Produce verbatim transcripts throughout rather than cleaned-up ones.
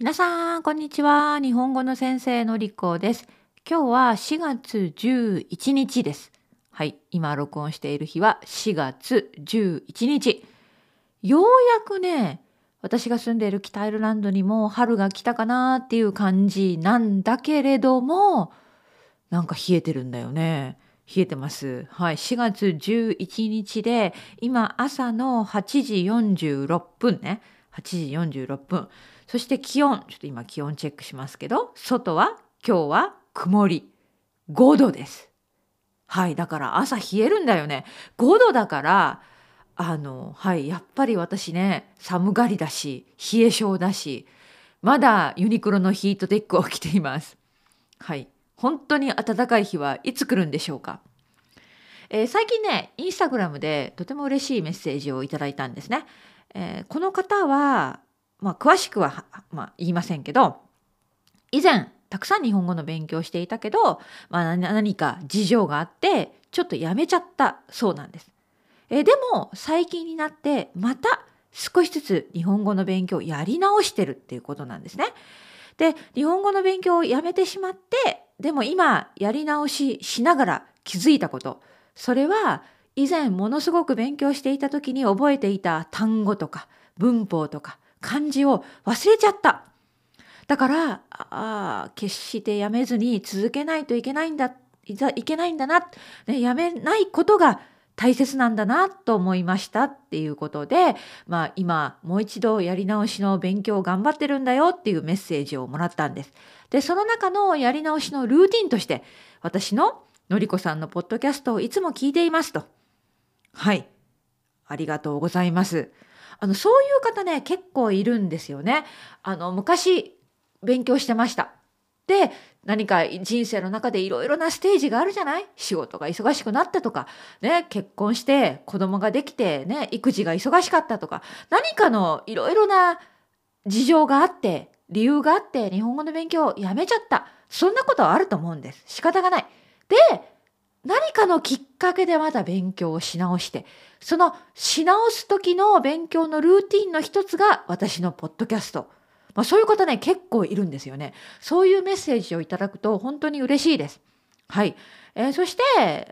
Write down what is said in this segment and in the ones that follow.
皆さん、こんにちは。日本語の先生のりこです。今日はしがつじゅういちにちです。はい、今録音している日はしがつじゅういちにち。ようやくね、私が住んでいる北アイルランドにも春が来たかなっていう感じなんだけれども、なんか冷えてるんだよね。冷えてます。はい、しがつじゅういちにちで、今朝のはちじよんじゅうろっぷんね。はちじよんじゅうろっぷん。そして気温、ちょっと今気温チェックしますけど、外は今日は曇りごどです。はい、だから朝冷えるんだよね。ごどだから、あの、はい、やっぱり私ね、寒がりだし、冷え性だし、まだユニクロのヒートテックを着ています。はい、本当に暖かい日はいつ来るんでしょうか。えー最近ね、インスタグラムでとても嬉しいメッセージをいただいたんですね。えーこの方は、まあ、詳しくは、はまあ、言いませんけど、以前たくさん日本語の勉強をしていたけど、まあ、何何か事情があってちょっとやめちゃったそうなんです。えーでも最近になってまた少しずつ日本語の勉強をやり直してるっていうことなんですね。で、日本語の勉強をやめてしまって、でも今やり直ししながら気づいたこと、それは以前ものすごく勉強していた時に覚えていた単語とか文法とか漢字を忘れちゃった。だから、ああ、決してやめずに続けないといけないんだ、いざいけないんだな、ね、やめないことが大切なんだなと思いましたっていうことで、まあ今もう一度やり直しの勉強を頑張ってるんだよっていうメッセージをもらったんです。で、その中のやり直しのルーティンとして、私ののりこさんのポッドキャストをいつも聞いていますと。はい。ありがとうございます。あの、そういう方ね、結構いるんですよね。あの、昔、勉強してました。で、何か人生の中でいろいろなステージがあるじゃない？仕事が忙しくなったとか、ね、結婚して子供ができて、ね、育児が忙しかったとか、何かのいろいろな事情があって、理由があって日本語の勉強をやめちゃった。そんなことはあると思うんです。仕方がない。で、何かのきっかけでまた勉強をし直して、そのし直す時の勉強のルーティンの一つが私のポッドキャスト。まあ、そういう方ね、結構いるんですよね。そういうメッセージをいただくと本当に嬉しいです。はい。えーそして、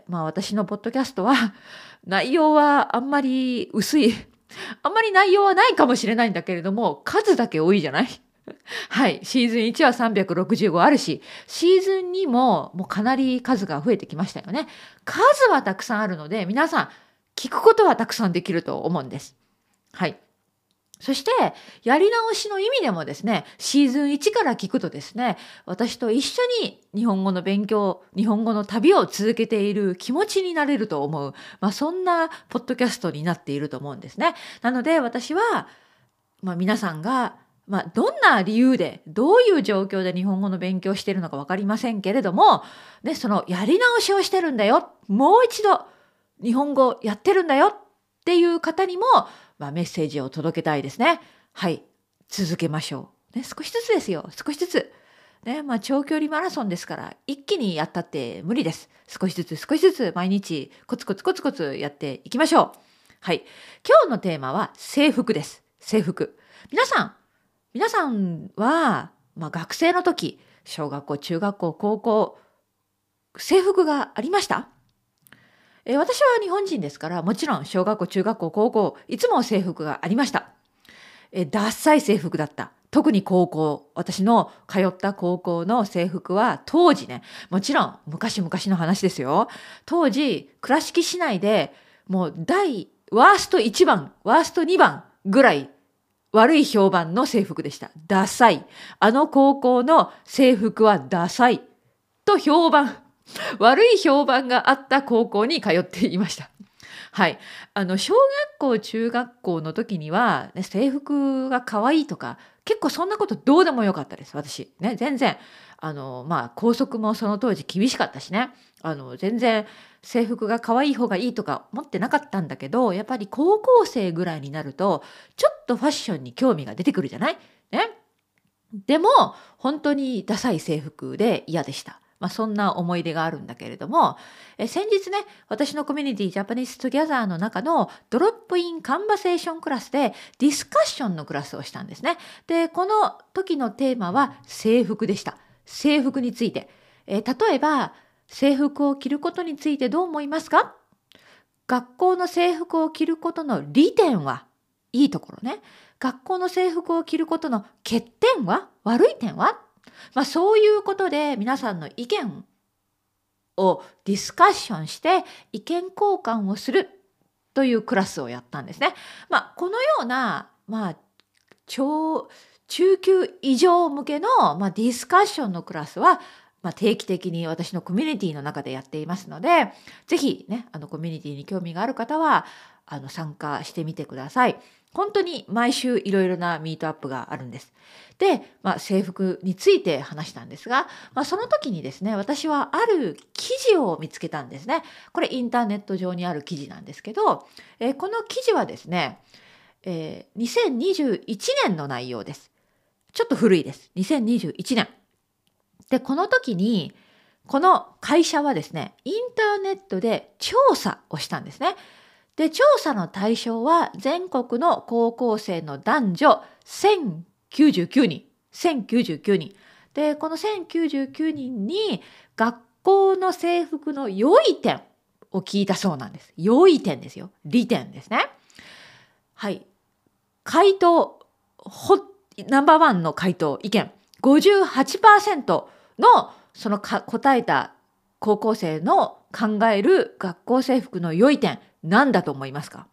まあ私のポッドキャストは、内容はあんまり薄い。あんまり内容はないかもしれないんだけれども、数だけ多いじゃない？はい。シーズンいちはさんびゃくろくじゅうごあるし、シーズンにももうかなり数が増えてきましたよね。数はたくさんあるので、皆さん聞くことはたくさんできると思うんです。はい。そして、やり直しの意味でもですね、シーズンいちから聞くとですね、私と一緒に日本語の勉強、日本語の旅を続けている気持ちになれると思う。まあ、そんなポッドキャストになっていると思うんですね。なので、私は、まあ、皆さんが、まあ、どんな理由で、どういう状況で日本語の勉強をしているのか分かりませんけれども、ね、そのやり直しをしてるんだよ。もう一度日本語やってるんだよっていう方にも、まあ、メッセージを届けたいですね。はい。続けましょう。ね、少しずつですよ。少しずつ。ね、まあ、長距離マラソンですから、一気にやったって無理です。少しずつ少しずつ毎日コツコツコツコツやっていきましょう。はい。今日のテーマは制服です。制服。皆さん、皆さんは、まあ、学生の時、小学校、中学校、高校、制服がありました？えー私は日本人ですから、もちろん小学校、中学校、高校、いつも制服がありました。えー、ダッサい制服だった。特に高校、私の通った高校の制服は当時ね、もちろん昔々の話ですよ。当時、倉敷市内でもう第ワーストいちばん、ワーストにばんぐらい悪い評判の制服でした。ダサい。あの高校の制服はダサい。と評判。悪い評判があった高校に通っていました。はい。あの、小学校、中学校の時には、ね、制服が可愛いとか、結構そんなことどうでもよかったです、私。ね、全然。あの、まあ、校則もその当時厳しかったしね。あの、全然制服が可愛い方がいいとか思ってなかったんだけど、やっぱり高校生ぐらいになると、ちょっとファッションに興味が出てくるじゃない？ね。でも、本当にダサい制服で嫌でした。 まあ、そんな思い出があるんだけれども、え先日ね、私のコミュニティジャパニーズトゥギャザーの中のドロップインカンバセーションクラスでディスカッションのクラスをしたんですね。で、この時のテーマは制服でした。制服について。え例えば、制服を着ることについてどう思いますか？学校の制服を着ることの利点はいいところね。学校の制服を着ることの欠点は悪い点は、まあ、そういうことで皆さんの意見をディスカッションして意見交換をするというクラスをやったんですね。まあ、このような、まあ、超中級以上向けの、まあ、ディスカッションのクラスは、まあ、定期的に私のコミュニティの中でやっていますので、ぜひね、あのコミュニティに興味がある方はあの参加してみてください。本当に毎週いろいろなミートアップがあるんです。で、まあ、制服について話したんですが、まあ、その時にですね、私はある記事を見つけたんですね。これインターネット上にある記事なんですけど、えーこの記事はですね、えーにせんにじゅういちねんの内容です。ちょっと古いです。にせんにじゅういちねん。で、この時に、この会社はですね、インターネットで調査をしたんですね。で、調査の対象は全国の高校生の男女せんきゅうじゅうきゅうにん。せんきゅうじゅうきゅうにん。で、このせんきゅうじゅうきゅうにんに学校の制服の良い点を聞いたそうなんです。良い点ですよ。利点ですね。はい。回答、ほナンバーワンの回答、意見、ごじゅうはちパーセントのそのか答えた高校生の考える学校制服の良い点、何だと思いますか？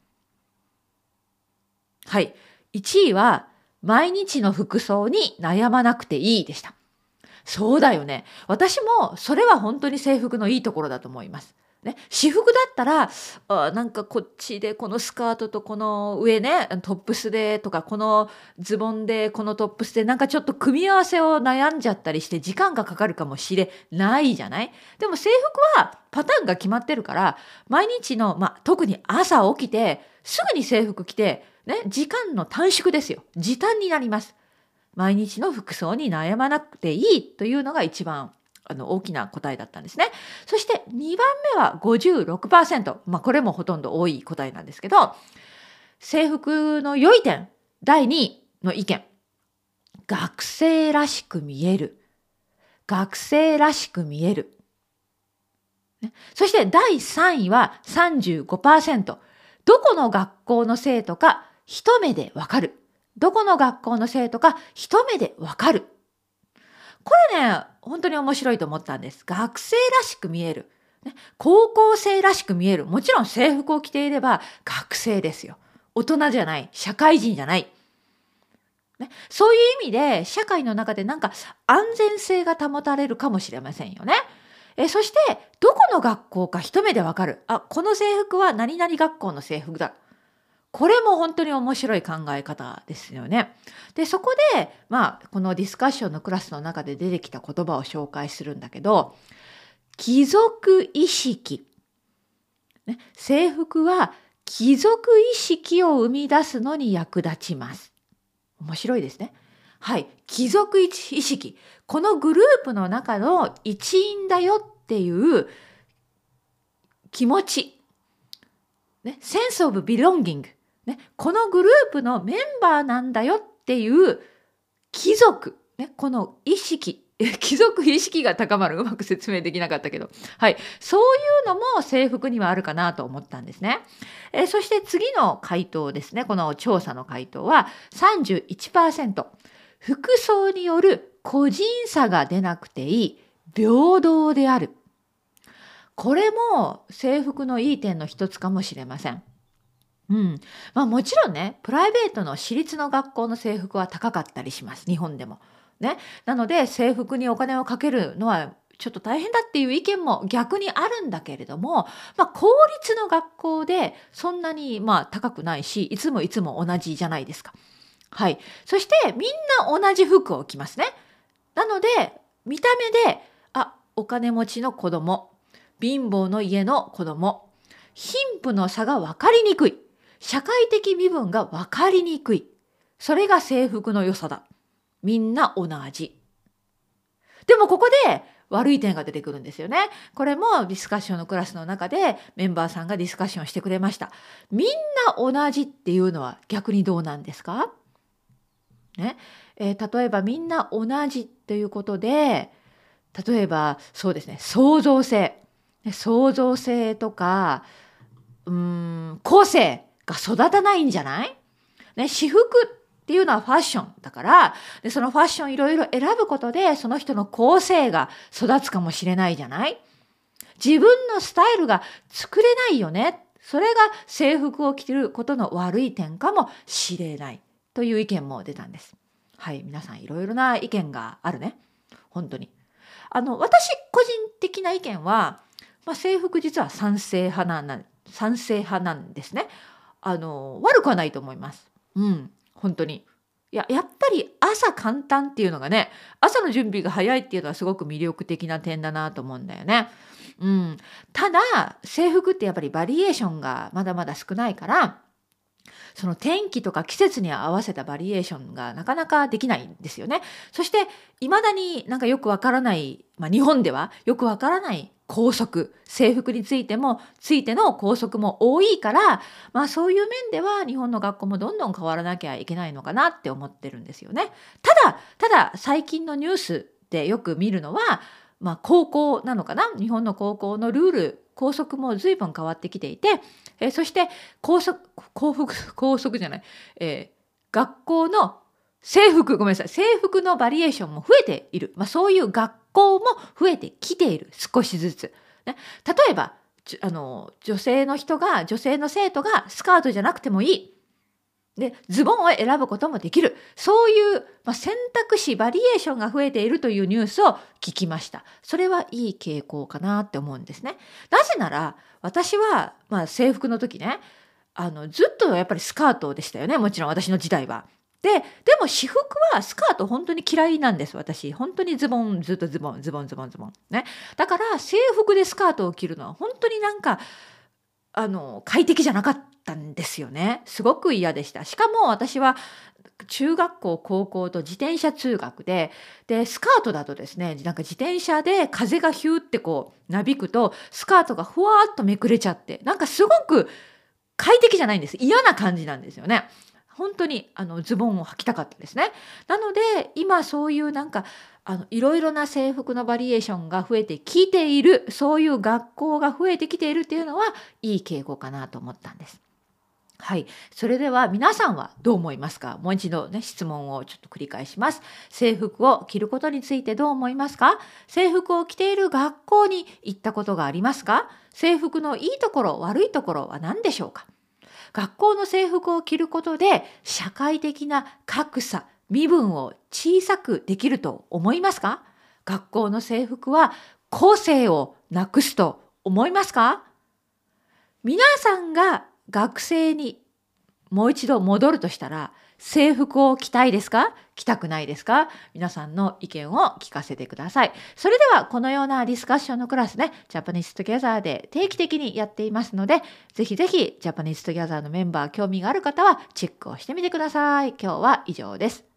はい。いちいは、毎日の服装に悩まなくていいでした。そうだよね。私もそれは本当に制服のいいところだと思います。ね、私服だったら、あなんかこっちでこのスカートとこの上ね、トップスでとか、このズボンでこのトップスでなんかちょっと組み合わせを悩んじゃったりして時間がかかるかもしれないじゃない？でも制服はパターンが決まってるから、毎日の、まあ、特に朝起きてすぐに制服着て、ね、時間の短縮ですよ。時短になります。毎日の服装に悩まなくていいというのが一番あの大きな答えだったんですね。そしてにばんめは ごじゅうろくパーセント。まあこれもほとんど多い答えなんですけど、制服の良い点、だいにいの意見。学生らしく見える。学生らしく見える。ね、そしてだいさんいは さんじゅうごパーセント。どこの学校の生徒か一目でわかる。どこの学校の生徒か一目でわかる。これね、本当に面白いと思ったんです。学生らしく見える。ね、高校生らしく見える。もちろん制服を着ていれば学生ですよ。大人じゃない。社会人じゃない。ね、そういう意味で社会の中でなんか安全性が保たれるかもしれませんよね。えそしてどこの学校か一目でわかる。あ、この制服は何々学校の制服だ。これも本当に面白い考え方ですよね。で、そこで、まあ、このディスカッションのクラスの中で出てきた言葉を紹介するんだけど、貴族意識。ね、制服は貴族意識を生み出すのに役立ちます。面白いですね。はい。貴族意識。このグループの中の一員だよっていう気持ち。ね、センスオブビロンギング。ね、このグループのメンバーなんだよっていう貴族、ね、この意識、貴族意識が高まる。うまく説明できなかったけど。はい。そういうのも制服にはあるかなと思ったんですね。えー、そして次の回答ですね。この調査の回答は さんじゅういちパーセント。服装による個人差が出なくていい。平等である。これも制服のいい点の一つかもしれません。うん。まあもちろんね、プライベートの私立の学校の制服は高かったりします。日本でも。ね。なので制服にお金をかけるのはちょっと大変だっていう意見も逆にあるんだけれども、まあ公立の学校でそんなにまあ高くないし、いつもいつも同じじゃないですか。はい。そしてみんな同じ服を着ますね。なので見た目で、あ、お金持ちの子供、貧乏の家の子供、貧富の差が分かりにくい。社会的身分が分かりにくい。それが制服の良さだ。みんな同じ。でもここで悪い点が出てくるんですよね。これもディスカッションのクラスの中でメンバーさんがディスカッションしてくれました。みんな同じっていうのは逆にどうなんですか？ね、えー例えばみんな同じということで、例えばそうですね、創造性。ね創造性とか、うーん、個性が育たないんじゃない？ね、私服っていうのはファッションだから、でそのファッションいろいろ選ぶことでその人の個性が育つかもしれないじゃない？自分のスタイルが作れないよね。それが制服を着てることの悪い点かもしれないという意見も出たんです。はい、皆さんいろいろな意見があるね。本当に。あの、私個人的な意見は、まあ、制服実は賛成派なんな賛成派なんですね。あの、悪くはないと思います。うん、本当に。いや、やっぱり朝簡単っていうのがね、朝の準備が早いっていうのはすごく魅力的な点だなと思うんだよね。うん。ただ、制服ってやっぱりバリエーションがまだまだ少ないから、その天気とか季節に合わせたバリエーションがなかなかできないんですよね。そして未だになんかよくわからない、まあ、日本ではよくわからない校則、制服についてもついての校則も多いから、まあそういう面では日本の学校もどんどん変わらなきゃいけないのかなって思ってるんですよね。ただ、ただ最近のニュースでよく見るのは、まあ高校なのかな、日本の高校のルール、校則も随分変わってきていて、えーそして校則、校服、校則じゃない、えー学校の制服、ごめんなさい、制服のバリエーションも増えている。まあそういう学校も増えてきている。少しずつ。ね、例えば、じあの、女性の人が、女性の生徒がスカートじゃなくてもいい。で、ズボンを選ぶこともできる。そういう、まあ、選択肢、バリエーションが増えているというニュースを聞きました。それはいい傾向かなって思うんですね。なぜなら、私は、まあ、制服の時ね、あの、ずっとやっぱりスカートでしたよね。もちろん私の時代は。で、でも私服はスカート本当に嫌いなんです。私。本当にズボン、ずっとズボン、ズボン、ズボン、ズボン。ね。だから制服でスカートを着るのは本当になんか、あの、快適じゃなかったんですよね。すごく嫌でした。しかも私は中学校、高校と自転車通学で、で、スカートだとですね、なんか自転車で風がヒューってこう、なびくと、スカートがふわーっとめくれちゃって、なんかすごく快適じゃないんです。嫌な感じなんですよね。本当にあのズボンを履きたかったですね。なので今そういうなんかあのいろいろな制服のバリエーションが増えてきている、そういう学校が増えてきているっていうのはいい傾向かなと思ったんです。はい。それでは皆さんはどう思いますか？もう一度ね、質問をちょっと繰り返します。制服を着ることについてどう思いますか？制服を着ている学校に行ったことがありますか？制服のいいところ、悪いところは何でしょうか？学校の制服を着ることで社会的な格差、身分を小さくできると思いますか？学校の制服は個性をなくすと思いますか？皆さんが学生にもう一度戻るとしたら、制服を着たいですか？着たくないですか？皆さんの意見を聞かせてください。それではこのようなディスカッションのクラスね、ジャパニーズトゥギャザーで定期的にやっていますので、ぜひぜひジャパニーズトゥギャザーのメンバー興味がある方はチェックをしてみてください。今日は以上です。